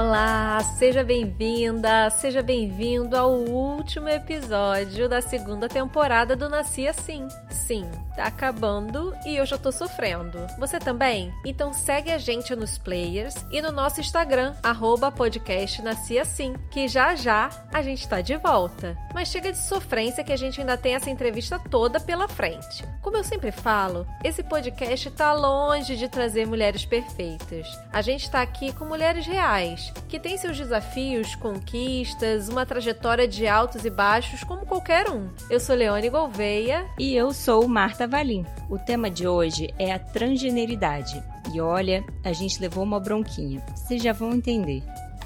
Olá, seja bem-vinda, seja bem-vindo ao último episódio da segunda temporada do Nasci Assim. Sim, tá acabando e eu já tô sofrendo. Você também? Então segue a gente nos players e no nosso Instagram, @podcast Nasci Assim, que já a gente tá de volta. Mas chega de sofrência que a gente ainda tem essa entrevista toda pela frente. Como eu sempre falo, esse podcast tá longe de trazer mulheres perfeitas. A gente tá aqui com mulheres reais, que têm seus desafios, conquistas, uma trajetória de altos e baixos como qualquer um. Eu sou Leone Gouveia. E eu sou Marta Valim. O tema de hoje é a transgeneridade. E olha, a gente levou uma bronquinha. Vocês já vão entender.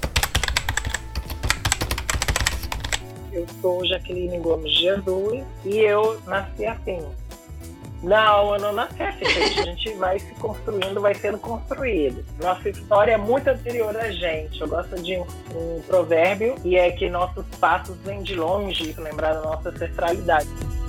Eu sou Jaqueline Gomes Jesus e eu nasci assim. Não, eu não nasci assim, gente. A gente vai se construindo, vai sendo construído. Nossa história é muito anterior a gente. Eu gosto de um provérbio, e é que nossos passos vêm de longe, lembrar da nossa ancestralidade.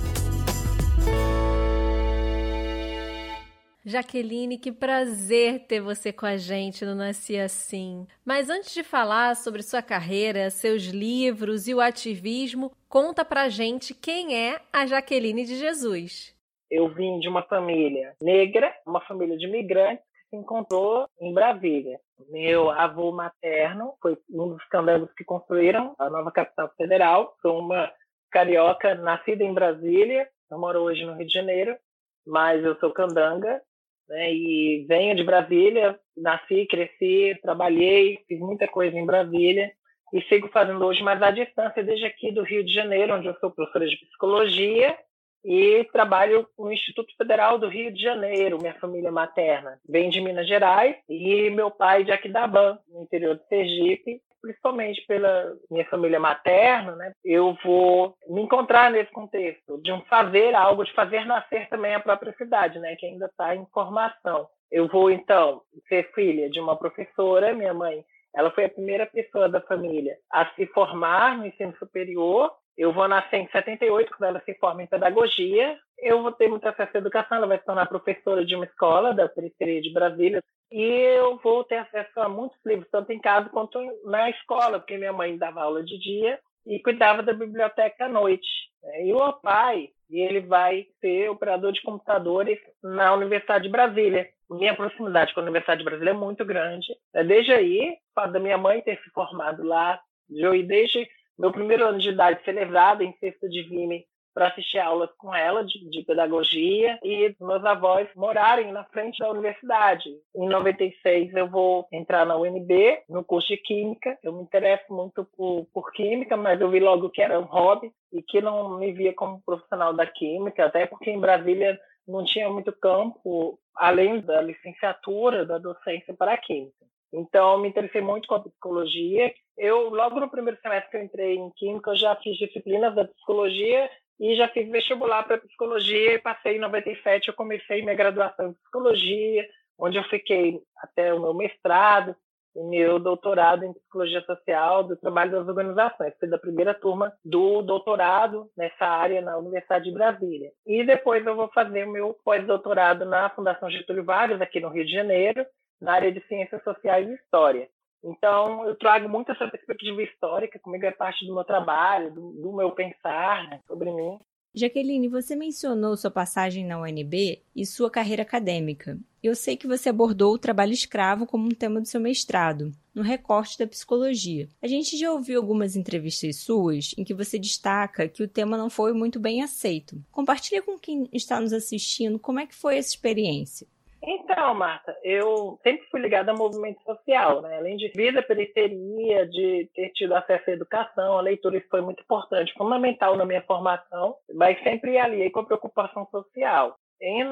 Jaqueline, que prazer ter você com a gente no Nasci Assim. Mas antes de falar sobre sua carreira, seus livros e o ativismo, conta pra gente quem é a Jaqueline de Jesus. Eu vim de uma família negra, uma família de imigrantes que se encontrou em Brasília. Meu avô materno foi um dos candangos que construíram a nova capital federal. Sou uma carioca nascida em Brasília, eu moro hoje no Rio de Janeiro, mas eu sou candanga, né, e venho de Brasília, nasci, cresci, trabalhei, fiz muita coisa em Brasília e sigo fazendo hoje, mas à distância, desde aqui do Rio de Janeiro, onde eu sou professora de psicologia, e trabalho no Instituto Federal do Rio de Janeiro. Minha família materna vem de Minas Gerais e meu pai de Aquidauã, no interior de Sergipe. Principalmente pela minha família materna, né? Eu vou me encontrar nesse contexto de um fazer algo, de fazer nascer também a própria cidade, né? Que ainda está em formação. Eu vou, então, ser filha de uma professora. Minha mãe, ela foi a primeira pessoa da família a se formar no ensino superior. Eu vou nascer em 78, quando ela se forma em pedagogia. Eu vou ter muito acesso à educação, ela vai se tornar professora de uma escola da periferia de Brasília. E eu vou ter acesso a muitos livros, tanto em casa quanto na escola, porque minha mãe dava aula de dia e cuidava da biblioteca à noite. E o meu pai, ele vai ser operador de computadores na Universidade de Brasília. Minha proximidade com a Universidade de Brasília é muito grande. Desde aí, o fato da minha mãe ter se formado lá, de eu ir desde meu primeiro ano de idade ser levada em cesta de vime para assistir aulas com ela de pedagogia, e meus avós morarem na frente da universidade. Em 96 eu vou entrar na UNB, no curso de Química. Eu me interesso muito por Química, mas eu vi logo que era um hobby e que não me via como profissional da Química, até porque em Brasília não tinha muito campo, além da licenciatura, da docência para a Química. Então, eu me interessei muito com a psicologia. Logo no primeiro semestre que eu entrei em Química, eu já fiz disciplinas da psicologia e já fiz vestibular para psicologia e passei em 97, eu comecei minha graduação em psicologia, onde eu fiquei até o meu mestrado e meu doutorado em psicologia social do trabalho das organizações. Fui da primeira turma do doutorado nessa área na Universidade de Brasília. E depois eu vou fazer o meu pós-doutorado na Fundação Getúlio Vargas, aqui no Rio de Janeiro, na área de Ciências Sociais e História. Então, eu trago muito essa perspectiva histórica, comigo é parte do meu trabalho, do meu pensar, né, sobre mim. Jaqueline, você mencionou sua passagem na UNB e sua carreira acadêmica. Eu sei que você abordou o trabalho escravo como um tema do seu mestrado, no recorte da psicologia. A gente já ouviu algumas entrevistas suas em que você destaca que o tema não foi muito bem aceito. Compartilha com quem está nos assistindo como é que foi essa experiência. Então, Marta, eu sempre fui ligada ao movimento social, né? Além de vir da periferia, de ter tido acesso à educação, a leitura, isso foi muito importante, fundamental na minha formação, mas sempre aliei com a preocupação social. Em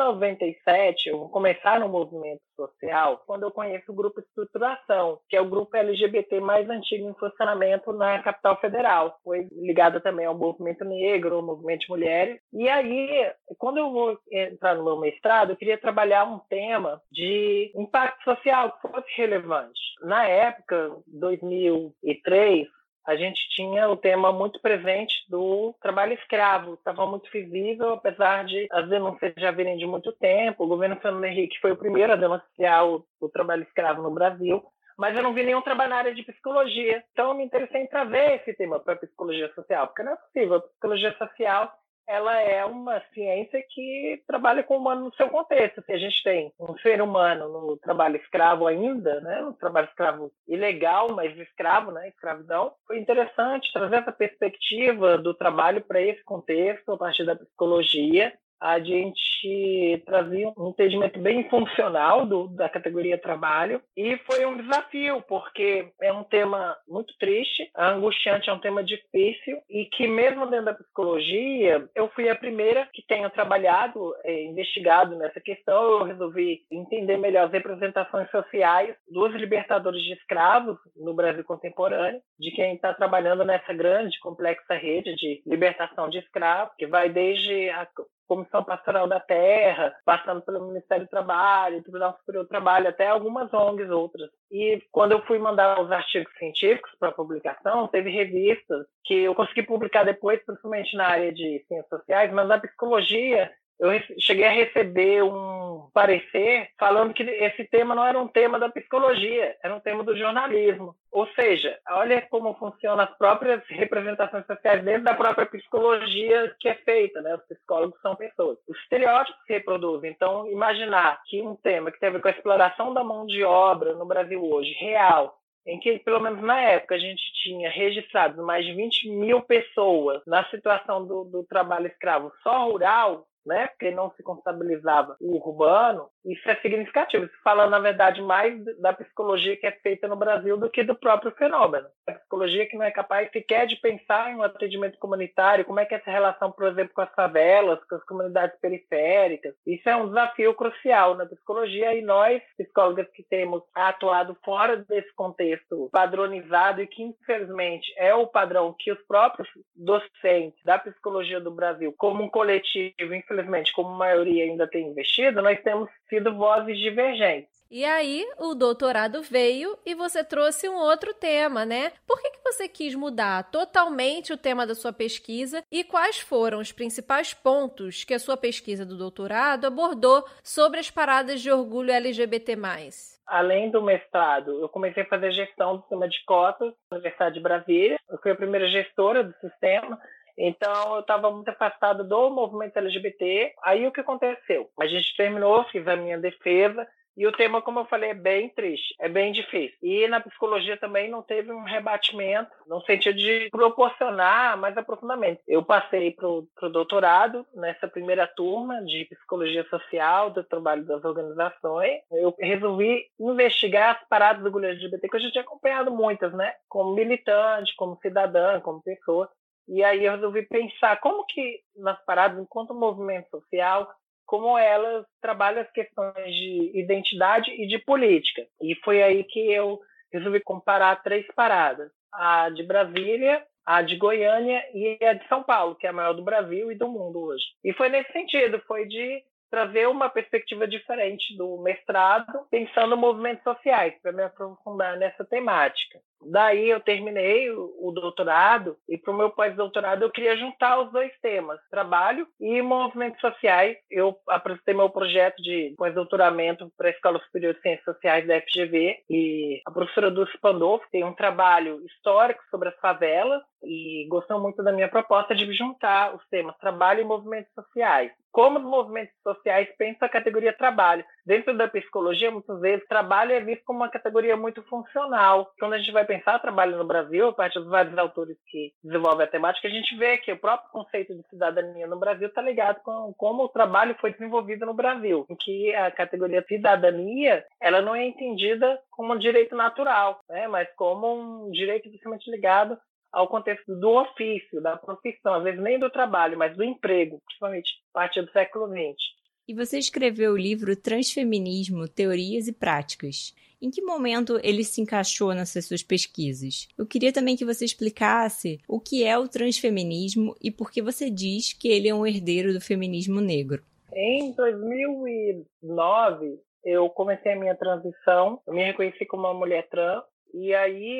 97, eu vou começar no movimento social quando eu conheço o Grupo Estruturação, que é o grupo LGBT mais antigo em funcionamento na capital federal. Foi ligado também ao movimento negro, ao movimento de mulheres. E aí, quando eu vou entrar no meu mestrado, eu queria trabalhar um tema de impacto social que fosse relevante. Na época, 2003, a gente tinha o tema muito presente do trabalho escravo. Estava muito visível, apesar de as denúncias já virem de muito tempo. O governo Fernando Henrique foi o primeiro a denunciar o trabalho escravo no Brasil, mas eu não vi nenhum trabalho na área de psicologia. Então, eu me interessei em trazer esse tema para a psicologia social, porque não é possível. A psicologia social, ela é uma ciência que trabalha com o humano no seu contexto. Se a gente tem um ser humano no trabalho escravo ainda, né, no trabalho escravo ilegal, mas escravo, né, escravidão, foi interessante trazer essa perspectiva do trabalho para esse contexto, a partir da psicologia. A gente trazia um entendimento bem funcional da categoria trabalho, e foi um desafio, porque é um tema muito triste, angustiante, é um tema difícil, e que mesmo dentro da psicologia, eu fui a primeira que tenho trabalhado, investigado nessa questão. Eu resolvi entender melhor as representações sociais dos libertadores de escravos no Brasil contemporâneo, de quem está trabalhando nessa grande, complexa rede de libertação de escravos, que vai desde a Comissão Pastoral da Terra, passando pelo Ministério do Trabalho, Tribunal Superior do Trabalho, até algumas ONGs outras. E quando eu fui mandar os artigos científicos para publicação, teve revistas que eu consegui publicar depois, principalmente na área de ciências sociais, mas na psicologia eu cheguei a receber um parecer falando que esse tema não era um tema da psicologia, era um tema do jornalismo. Ou seja, olha como funcionam as próprias representações sociais dentro da própria psicologia que é feita, né? Os psicólogos são pessoas. Os estereótipos se reproduzem. Então, imaginar que um tema que tem a ver com a exploração da mão de obra no Brasil hoje, real, em que, pelo menos na época, a gente tinha registrado mais de 20 mil pessoas na situação do trabalho escravo só rural, né, porque não se contabilizava o urbano, isso é significativo. Isso fala, na verdade, mais da psicologia que é feita no Brasil do que do próprio fenômeno. A psicologia que não é capaz sequer de pensar em um atendimento comunitário, como é que é essa relação, por exemplo, com as favelas, com as comunidades periféricas. Isso é um desafio crucial na psicologia, e nós, psicólogas que temos atuado fora desse contexto padronizado e que, infelizmente, é o padrão que os próprios docentes da psicologia do Brasil, como um coletivo, infelizmente, como a maioria ainda tem investido, nós temos sido vozes divergentes. E aí, o doutorado veio e você trouxe um outro tema, né? Por que você quis mudar totalmente o tema da sua pesquisa e quais foram os principais pontos que a sua pesquisa do doutorado abordou sobre as paradas de orgulho LGBT+? Além do mestrado, eu comecei a fazer gestão do sistema de cotas na Universidade de Brasília. Eu fui a primeira gestora do sistema. Então, eu estava muito afastada do movimento LGBT. Aí, o que aconteceu? A gente terminou, fiz a minha defesa, e o tema, como eu falei, é bem triste, é bem difícil. E na psicologia também não teve um rebatimento, no sentido de proporcionar mais aprofundamento. Eu passei para o doutorado nessa primeira turma de psicologia social, do trabalho das organizações. Eu resolvi investigar as paradas do orgulho LGBT, que eu já tinha acompanhado muitas, né? Como militante, como cidadã, como pessoa. E aí eu resolvi pensar como que nas paradas, enquanto movimento social, como elas trabalham as questões de identidade e de política. E foi aí que eu resolvi comparar 3 paradas: a de Brasília, a de Goiânia e a de São Paulo, que é a maior do Brasil e do mundo hoje. E foi nesse sentido, foi de trazer uma perspectiva diferente do mestrado, pensando em movimentos sociais, para me aprofundar nessa temática. Daí eu terminei o doutorado, e para o meu pós-doutorado eu queria juntar os 2 temas, trabalho e movimentos sociais. Eu apresentei meu projeto de pós-doutoramento para a Escola Superior de Ciências Sociais da FGV, e a professora Dulce Pandolfo tem um trabalho histórico sobre as favelas, e gostou muito da minha proposta de juntar os temas trabalho e movimentos sociais. Como os movimentos sociais pensam a categoria trabalho. Dentro da psicologia, muitas vezes, trabalho é visto como uma categoria muito funcional. Quando a gente vai pensar trabalho no Brasil, a partir dos vários autores que desenvolvem a temática, a gente vê que o próprio conceito de cidadania no Brasil está ligado com como o trabalho foi desenvolvido no Brasil, em que a categoria cidadania ela não é entendida como um direito natural, né, mas como um direito principalmente ligado ao contexto do ofício, da profissão, às vezes nem do trabalho, mas do emprego, principalmente a partir do século XX. E você escreveu o livro Transfeminismo, Teorias e Práticas. Em que momento ele se encaixou nessas suas pesquisas? Eu queria também que você explicasse o que é o transfeminismo e por que você diz que ele é um herdeiro do feminismo negro. Em 2009, eu comecei a minha transição, eu me reconheci como uma mulher trans, e aí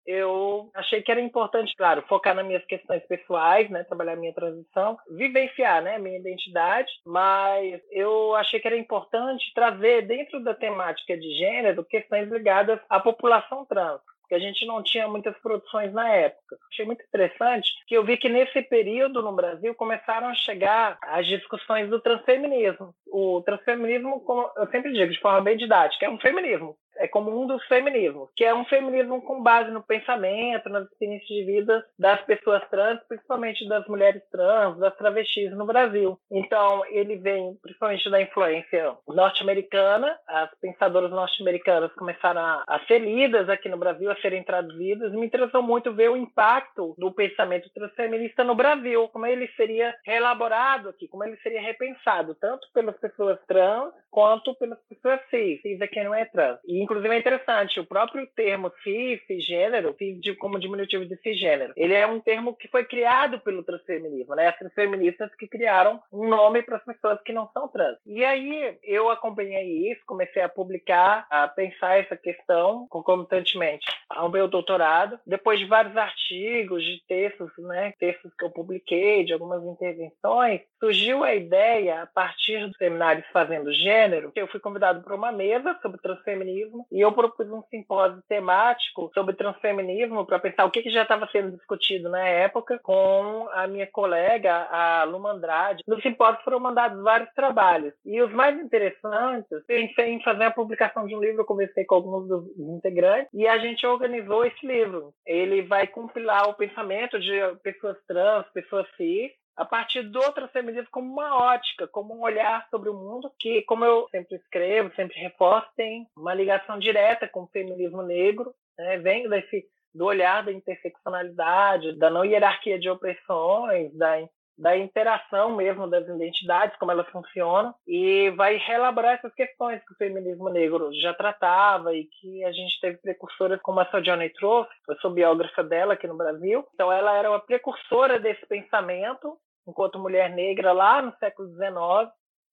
eu achei que era importante, claro, focar nas minhas questões pessoais, né, trabalhar minha transição, vivenciar, né, minha identidade, mas eu achei que era importante trazer dentro da temática de gênero questões ligadas à população trans, que a gente não tinha muitas produções na época. Achei muito interessante que eu vi que nesse período no Brasil começaram a chegar as discussões do transfeminismo. O transfeminismo, como eu sempre digo, de forma bem didática, é um feminismo. É como um dos feminismos, que é um feminismo com base no pensamento, nas experiências de vida das pessoas trans, principalmente das mulheres trans, das travestis no Brasil. Então, ele vem principalmente da influência norte-americana. As pensadoras norte-americanas começaram a ser lidas aqui no Brasil, a serem traduzidas. Me interessou muito ver o impacto do pensamento transfeminista no Brasil, como ele seria reelaborado aqui, como ele seria repensado, tanto pelas pessoas trans quanto pelas pessoas cis é quem não é trans. E, inclusive, é interessante, o próprio termo cisgênero, como diminutivo de cisgênero, ele é um termo que foi criado pelo transfeminismo, né? As transfeministas que criaram um nome para as pessoas que não são trans. E aí, eu acompanhei isso, comecei a publicar, a pensar essa questão concomitantemente ao meu doutorado. Depois de vários artigos, de textos, né? Textos que eu publiquei, de algumas intervenções, surgiu a ideia, a partir dos seminários Fazendo Gênero, que eu fui convidado para uma mesa sobre transfeminismo e eu propus um simpósio temático sobre transfeminismo para pensar o que já estava sendo discutido na época com a minha colega, a Luma Andrade. No simpósio foram mandados vários trabalhos e os mais interessantes, pensei em fazer a publicação de um livro, eu conversei com alguns dos integrantes e a gente organizou esse livro. Ele vai compilar o pensamento de pessoas trans, pessoas cis, a partir do transfeminismo como uma ótica, como um olhar sobre o mundo que, como eu sempre escrevo, sempre reforço, tem uma ligação direta com o feminismo negro, né? Vem do olhar da interseccionalidade, da não hierarquia de opressões, da interação mesmo das identidades, como elas funcionam, e vai reelaborar essas questões que o feminismo negro já tratava e que a gente teve precursoras como a Sojourner Truth, eu sou biógrafa dela aqui no Brasil, então ela era uma precursora desse pensamento, enquanto mulher negra lá no século XIX,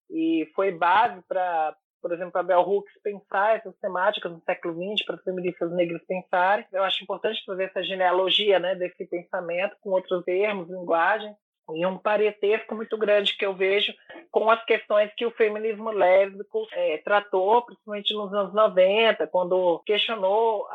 e foi base para, por exemplo, a Bell Hooks pensar essas temáticas no século XX, para as feministas negras pensarem. Eu acho importante fazer essa genealogia, né, desse pensamento com outros termos, linguagem, e um parentesco muito grande que eu vejo com as questões que o feminismo lésbico tratou, principalmente nos anos 90, quando questionou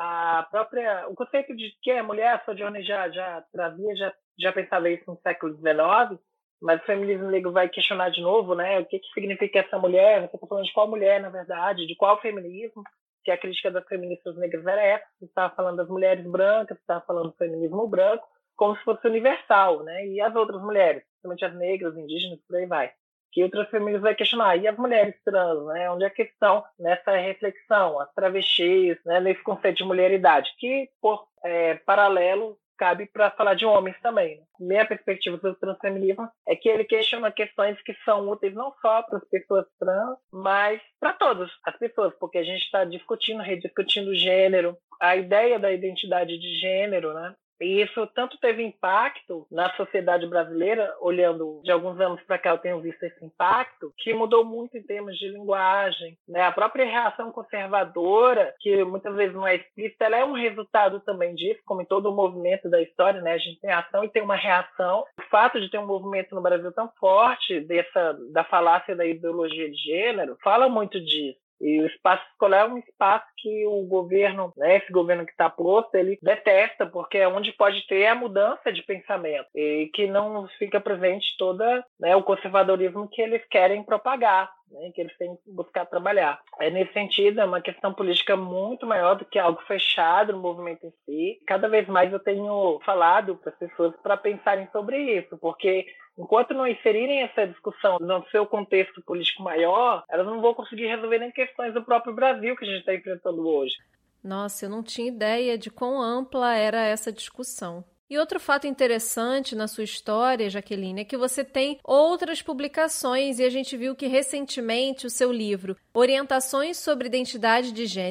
o conceito de que a mulher, a Sojourner já trazia, já pensava isso no século XIX, mas o feminismo negro vai questionar de novo, né, o que significa essa mulher, você está falando de qual mulher, na verdade, de qual feminismo, que a crítica das feministas negras era essa, você estava falando das mulheres brancas, você estava falando do feminismo branco, como se fosse universal, né, e as outras mulheres, principalmente as negras, indígenas, por aí vai. Que o transfeminismo vai questionar, e as mulheres trans, né, onde é que estão nessa reflexão, as travestis, né, nesse conceito de mulheridade, que, por paralelo, cabe para falar de homens também. Né? Minha perspectiva do transfeminismo é que ele questiona questões que são úteis não só para as pessoas trans, mas para todas as pessoas, porque a gente está discutindo, rediscutindo gênero, a ideia da identidade de gênero, né? E isso tanto teve impacto na sociedade brasileira, olhando de alguns anos para cá eu tenho visto esse impacto, que mudou muito em termos de linguagem, né? A própria reação conservadora, que muitas vezes não é explícita, ela é um resultado também disso, como em todo o movimento da história, né? A gente tem ação e tem uma reação. O fato de ter um movimento no Brasil tão forte da falácia da ideologia de gênero fala muito disso. E o espaço escolar é um espaço que o governo, né, esse governo que está posto, ele detesta, porque é onde pode ter a mudança de pensamento e que não fica presente toda, né, o conservadorismo que eles querem propagar, né, que eles têm que buscar trabalhar. Nesse sentido, é uma questão política muito maior do que algo fechado no movimento em si. Cada vez mais eu tenho falado para as pessoas para pensarem sobre isso, porque enquanto não inserirem essa discussão no seu contexto político maior, elas não vão conseguir resolver nem questões do próprio Brasil que a gente está enfrentando hoje. Nossa, eu não tinha ideia de quão ampla era essa discussão. E outro fato interessante na sua história, Jaqueline, é que você tem outras publicações e a gente viu que recentemente o seu livro Orientações sobre Identidade de Gênero,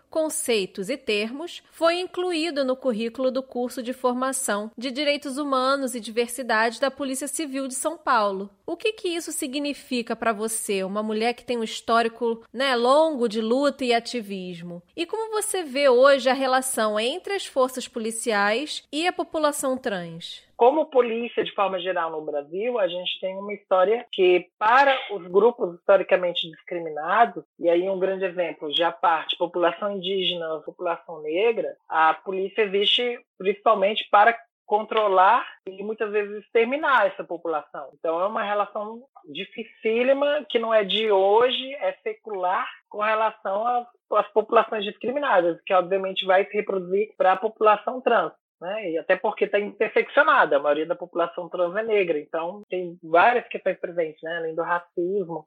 conceitos e termos, foi incluído no currículo do curso de formação de Direitos Humanos e Diversidade da Polícia Civil de São Paulo. O que isso significa para você, uma mulher que tem um histórico, longo de luta e ativismo? E como você vê hoje a relação entre as forças policiais e a população trans? Como polícia, de forma geral, no Brasil, a gente tem uma história que, para os grupos historicamente discriminados, e aí um grande exemplo, já parte população indígena, população negra, a polícia existe principalmente para controlar e muitas vezes exterminar essa população. Então é uma relação dificílima, que não é de hoje, é secular com relação às populações discriminadas, que obviamente vai se reproduzir para a população trans. E até porque está interseccionada, a maioria da população trans é negra, então tem várias questões presentes, além do racismo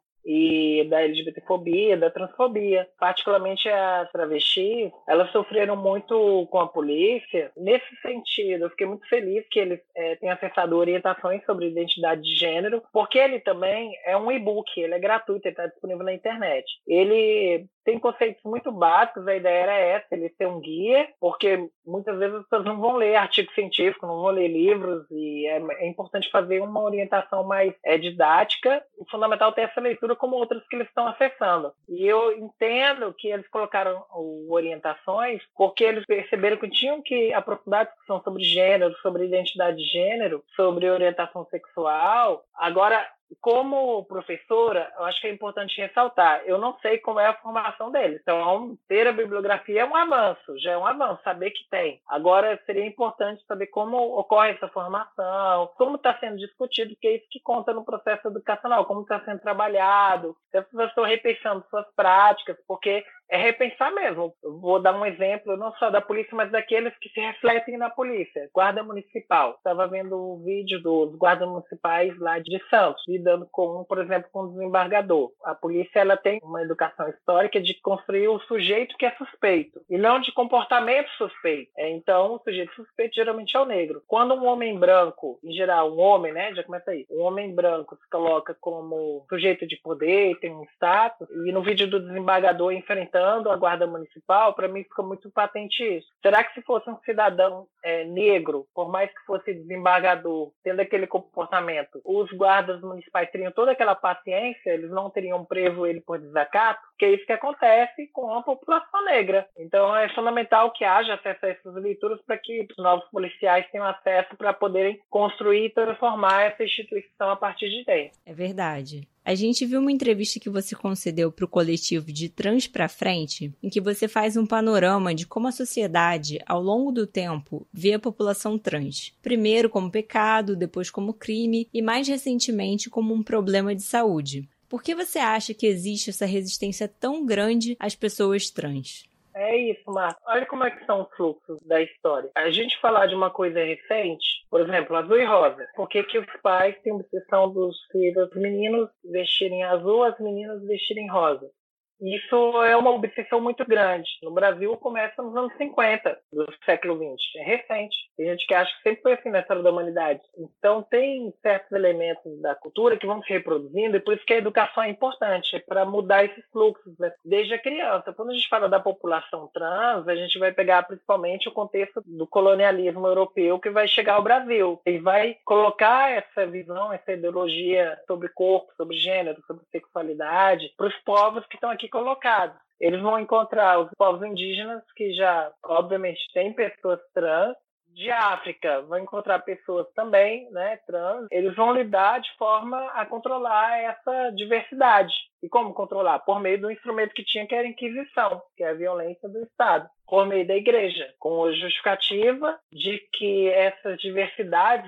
e da LGBTfobia, da transfobia. Particularmente as travestis, elas sofreram muito com a polícia. Nesse sentido, eu fiquei muito feliz que eles tenham acessado orientações sobre identidade de gênero, porque ele também é um e-book, ele é gratuito, ele está disponível na internet. Ele tem conceitos muito básicos, a ideia era essa, ele ser um guia, porque muitas vezes as pessoas não vão ler artigo científico, não vão ler livros, e é importante fazer uma orientação mais didática. O fundamental é ter essa leitura como outras que eles estão acessando. E eu entendo que eles colocaram orientações porque eles perceberam que tinham que aprofundar a discussão sobre gênero, sobre identidade de gênero, sobre orientação sexual. Agora, como professora, eu acho que é importante ressaltar, eu não sei como é a formação deles. Então, ter a bibliografia é um avanço, já é um avanço, saber que tem. Agora, seria importante saber como ocorre essa formação, como está sendo discutido, porque é isso que conta no processo educacional, como está sendo trabalhado, se as pessoas estão repensando suas práticas, porque é repensar mesmo. Eu vou dar um exemplo, não só da polícia, mas daqueles que se refletem na polícia. Guarda Municipal. Estava vendo o vídeo dos guardas municipais lá de Santos, lidando com, por exemplo, com o desembargador. A polícia ela tem uma educação histórica de construir o sujeito que é suspeito, e não de comportamento suspeito. Então, o sujeito suspeito geralmente é o negro. Quando um homem branco, em geral, um homem, já começa aí, um homem branco se coloca como sujeito de poder, tem um status, e no vídeo do desembargador enfrentando a guarda municipal, para mim fica muito patente isso. Será que se fosse um cidadão negro, por mais que fosse desembargador, tendo aquele comportamento, os guardas municipais teriam toda aquela paciência, eles não teriam preso ele por desacato? Que é isso que acontece com a população negra. Então é fundamental que haja acesso a essas leituras para que os novos policiais tenham acesso para poderem construir e transformar essa instituição a partir de dentro. É verdade. A gente viu uma entrevista que você concedeu para o coletivo de Trans pra Frente, em que você faz um panorama de como a sociedade, ao longo do tempo, vê a população trans. Primeiro como pecado, depois como crime e, mais recentemente, como um problema de saúde. Por que você acha que existe essa resistência tão grande às pessoas trans? É isso, Marta. Olha como é que são os fluxos da história. A gente falar de uma coisa recente, por exemplo, azul e rosa. Por que os pais têm obsessão dos filhos, os meninos vestirem azul, as meninas vestirem rosa? Isso é uma obsessão muito grande. No Brasil, começa nos anos 50 do século XX. É recente. Tem gente que acha que sempre foi assim na história da humanidade. Então, tem certos elementos da cultura que vão se reproduzindo, e por isso que a educação é importante, para mudar esses fluxos, desde a criança. Quando a gente fala da população trans, a gente vai pegar principalmente o contexto do colonialismo europeu que vai chegar ao Brasil. E vai colocar essa visão, essa ideologia sobre corpo, sobre gênero, sobre sexualidade, para os povos que estão aqui colocados. Eles vão encontrar os povos indígenas, que já, obviamente, têm pessoas trans. De África, vão encontrar pessoas também, trans. Eles vão lidar de forma a controlar essa diversidade. E como controlar? Por meio do instrumento que tinha, que era a Inquisição, que é a violência do Estado. Por meio da igreja, com a justificativa de que essas diversidades,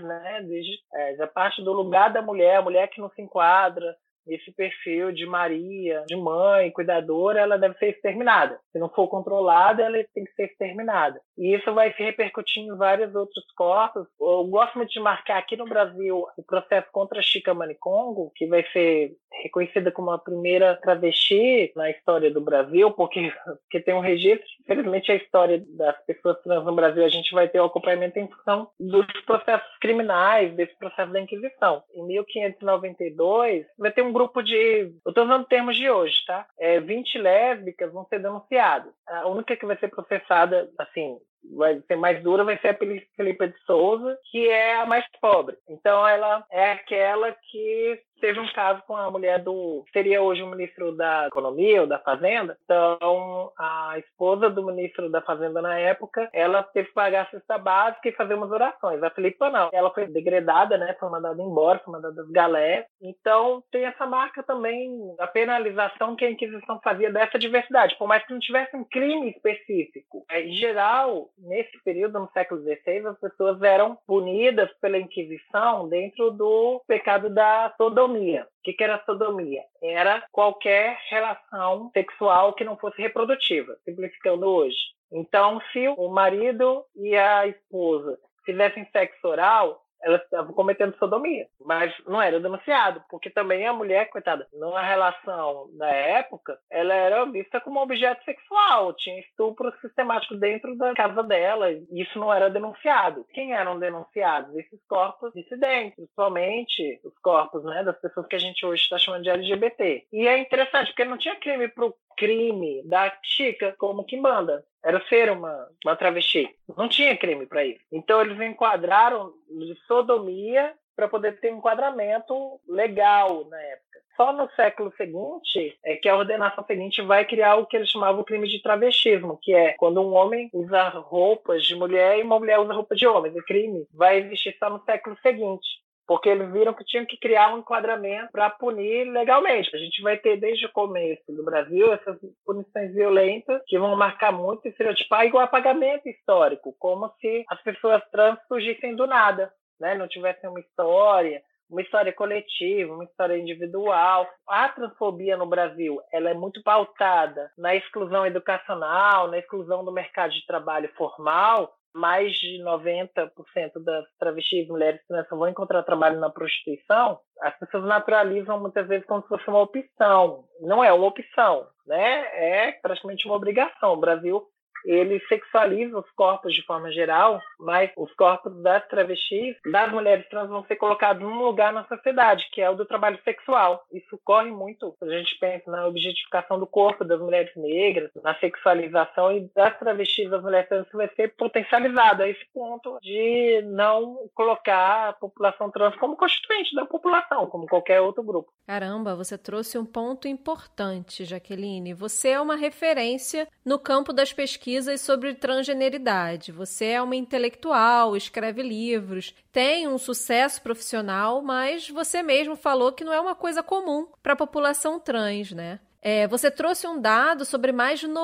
já parte do lugar da mulher, a mulher que não se enquadra esse perfil de Maria, de mãe, cuidadora, ela deve ser exterminada. Se não for controlada, ela tem que ser exterminada. E isso vai se repercutir em vários outros corpos. Eu gosto muito de marcar aqui no Brasil o processo contra a Chica Manicongo, que vai ser reconhecida como a primeira travesti na história do Brasil, porque tem um registro. Infelizmente, a história das pessoas trans no Brasil, a gente vai ter o acompanhamento em função dos processos criminais, desse processo da Inquisição. Em 1592, vai ter um grupo de... Eu estou usando termos de hoje, tá? 20 lésbicas vão ser denunciadas. A única que vai ser processada, assim, vai ser mais dura, vai ser a Felipe de Souza, que é a mais pobre. Então, ela é aquela que teve um caso com a mulher seria hoje o ministro da Economia ou da Fazenda. Então, a esposa do ministro da Fazenda na época, ela teve que pagar a cesta básica e fazer umas orações. A Felipa não. Ela foi degradada, né? Foi mandada embora, foi mandada das galés. Então, tem essa marca também da penalização que a Inquisição fazia dessa diversidade. Por mais que não tivesse um crime específico. Em geral, nesse período, no século XVI, as pessoas eram punidas pela Inquisição dentro do pecado da sodomia. O que era sodomia? Era qualquer relação sexual que não fosse reprodutiva, simplificando hoje. Então, se o marido e a esposa fizessem sexo oral, elas estavam cometendo sodomia, mas não era denunciado, porque também a mulher, coitada, numa relação da época, ela era vista como objeto sexual, tinha estupro sistemático dentro da casa dela, e isso não era denunciado. Quem eram denunciados? Esses corpos dissidentes, principalmente os corpos, né, das pessoas que a gente hoje está chamando de LGBT. E é interessante, porque não tinha crime pro crime da Chica como quimbanda. Era ser uma travesti. Não tinha crime para isso. Então, eles enquadraram de sodomia para poder ter um enquadramento legal na época. Só no século seguinte é que a ordenação seguinte vai criar o que eles chamavam de crime de travestismo, que é quando um homem usa roupas de mulher e uma mulher usa roupa de homem. O crime vai existir só no século seguinte, porque eles viram que tinham que criar um enquadramento para punir legalmente. A gente vai ter desde o começo do Brasil essas punições violentas que vão marcar muito e estereotipar igual apagamento histórico, como se as pessoas trans surgissem do nada, né? Não tivessem uma história coletiva, uma história individual. A transfobia no Brasil, ela é muito pautada na exclusão educacional, na exclusão do mercado de trabalho formal. Mais de 90% das travestis, mulheres trans, vão encontrar trabalho na prostituição. As pessoas naturalizam muitas vezes como se fosse uma opção. Não é uma opção, né? É praticamente uma obrigação. O Brasil, ele sexualiza os corpos de forma geral, mas os corpos das travestis, das mulheres trans, vão ser colocados num lugar na sociedade, que é o do trabalho sexual. Isso ocorre muito, a gente pensa na objetificação do corpo das mulheres negras, na sexualização, e das travestis, das mulheres trans, vai ser potencializado a esse ponto de não colocar a população trans como constituinte da população, como qualquer outro grupo. Caramba, você trouxe um ponto importante, Jaqueline. Você é uma referência no campo das pesquisas sobre transgeneridade. Você é uma intelectual, escreve livros, tem um sucesso profissional, mas você mesmo falou que não é uma coisa comum para a população trans, né? Você trouxe um dado sobre mais de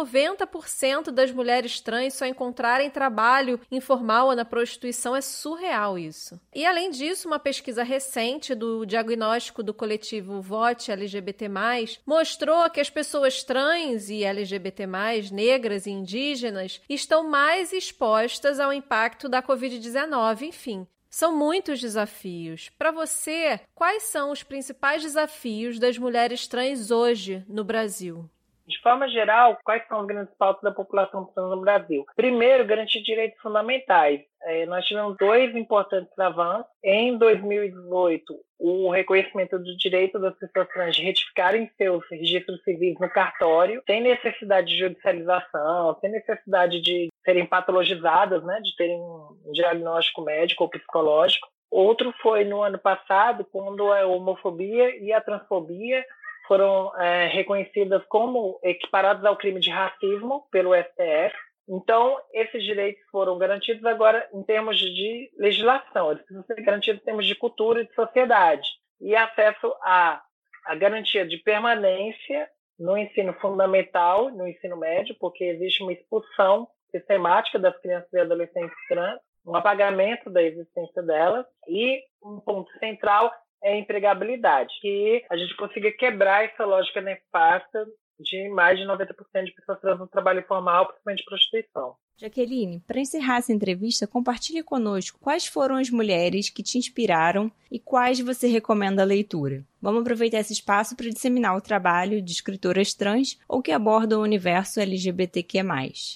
90% das mulheres trans só encontrarem trabalho informal ou na prostituição. É surreal isso. E, além disso, uma pesquisa recente do diagnóstico do coletivo Vote LGBT+, mostrou que as pessoas trans e LGBT+, negras e indígenas, estão mais expostas ao impacto da Covid-19, enfim. São muitos desafios. Para você, quais são os principais desafios das mulheres trans hoje no Brasil? De forma geral, quais são os grandes pautas da população trans no Brasil? Primeiro, garantir direitos fundamentais. Nós tivemos 2 importantes avanços. Em 2018, o reconhecimento do direito das pessoas trans de retificarem seus registros civis no cartório, sem necessidade de judicialização, sem necessidade de serem patologizadas, né, de terem um diagnóstico médico ou psicológico. Outro foi no ano passado, quando a homofobia e a transfobia foram reconhecidas como equiparadas ao crime de racismo pelo STF. Então, esses direitos foram garantidos agora em termos de legislação, eles precisam ser garantidos em termos de cultura e de sociedade. E acesso à garantia de permanência no ensino fundamental, no ensino médio, porque existe uma expulsão sistemática das crianças e adolescentes trans, um apagamento da existência delas, e um ponto central é a empregabilidade, que a gente consiga quebrar essa lógica nefasta de mais de 90% de pessoas trans no trabalho informal, principalmente prostituição. Jaqueline, para encerrar essa entrevista, compartilhe conosco quais foram as mulheres que te inspiraram e quais você recomenda a leitura. Vamos aproveitar esse espaço para disseminar o trabalho de escritoras trans ou que abordam o universo LGBTQ+.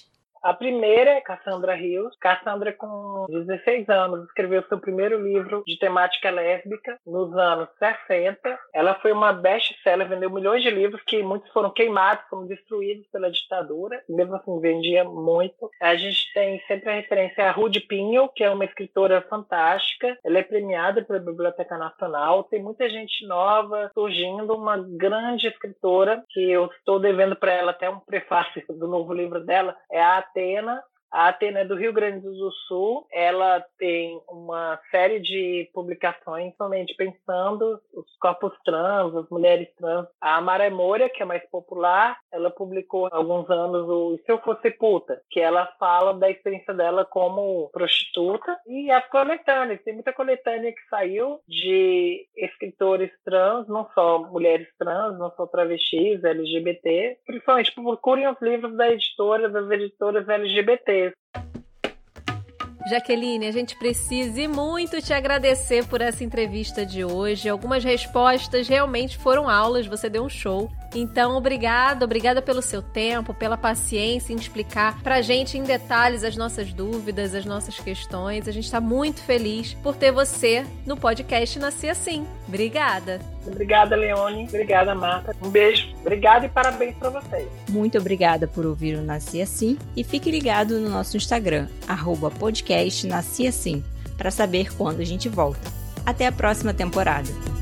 A primeira é Cassandra Rios. Cassandra, com 16 anos, escreveu seu primeiro livro de temática lésbica nos anos 60. Ela foi uma best-seller, vendeu milhões de livros, que muitos foram queimados, foram destruídos pela ditadura. Mesmo assim, vendia muito. A gente tem sempre a referência a Ruth Pinho, que é uma escritora fantástica. Ela é premiada pela Biblioteca Nacional. Tem muita gente nova surgindo, uma grande escritora, que eu estou devendo para ela até um prefácio do novo livro dela, é a Atena. A Atena é do Rio Grande do Sul. Ela tem uma série de publicações, somente pensando os corpos trans, as mulheres trans. A Maré Moura, que é mais popular, ela publicou há alguns anos o Se Eu Fosse Puta, que ela fala da experiência dela como prostituta. E as coletâneas, tem muita coletânea que saiu de escritores trans, não só mulheres trans, não só travestis, LGBT. Principalmente procurem os livros das editoras LGBT. Jaqueline, a gente precisa e muito te agradecer por essa entrevista de hoje. Algumas respostas realmente foram aulas, você deu um show. Então, obrigada pelo seu tempo, pela paciência em explicar pra gente em detalhes as nossas dúvidas, as nossas questões. A gente tá muito feliz por ter você no podcast Nasci Assim. Obrigada. Obrigada, Leone. Obrigada, Marta. Um beijo. Obrigada e parabéns pra vocês. Muito obrigada por ouvir o Nasci Assim e fique ligado no nosso Instagram, @podcast Nasci Assim, para saber quando a gente volta. Até a próxima temporada.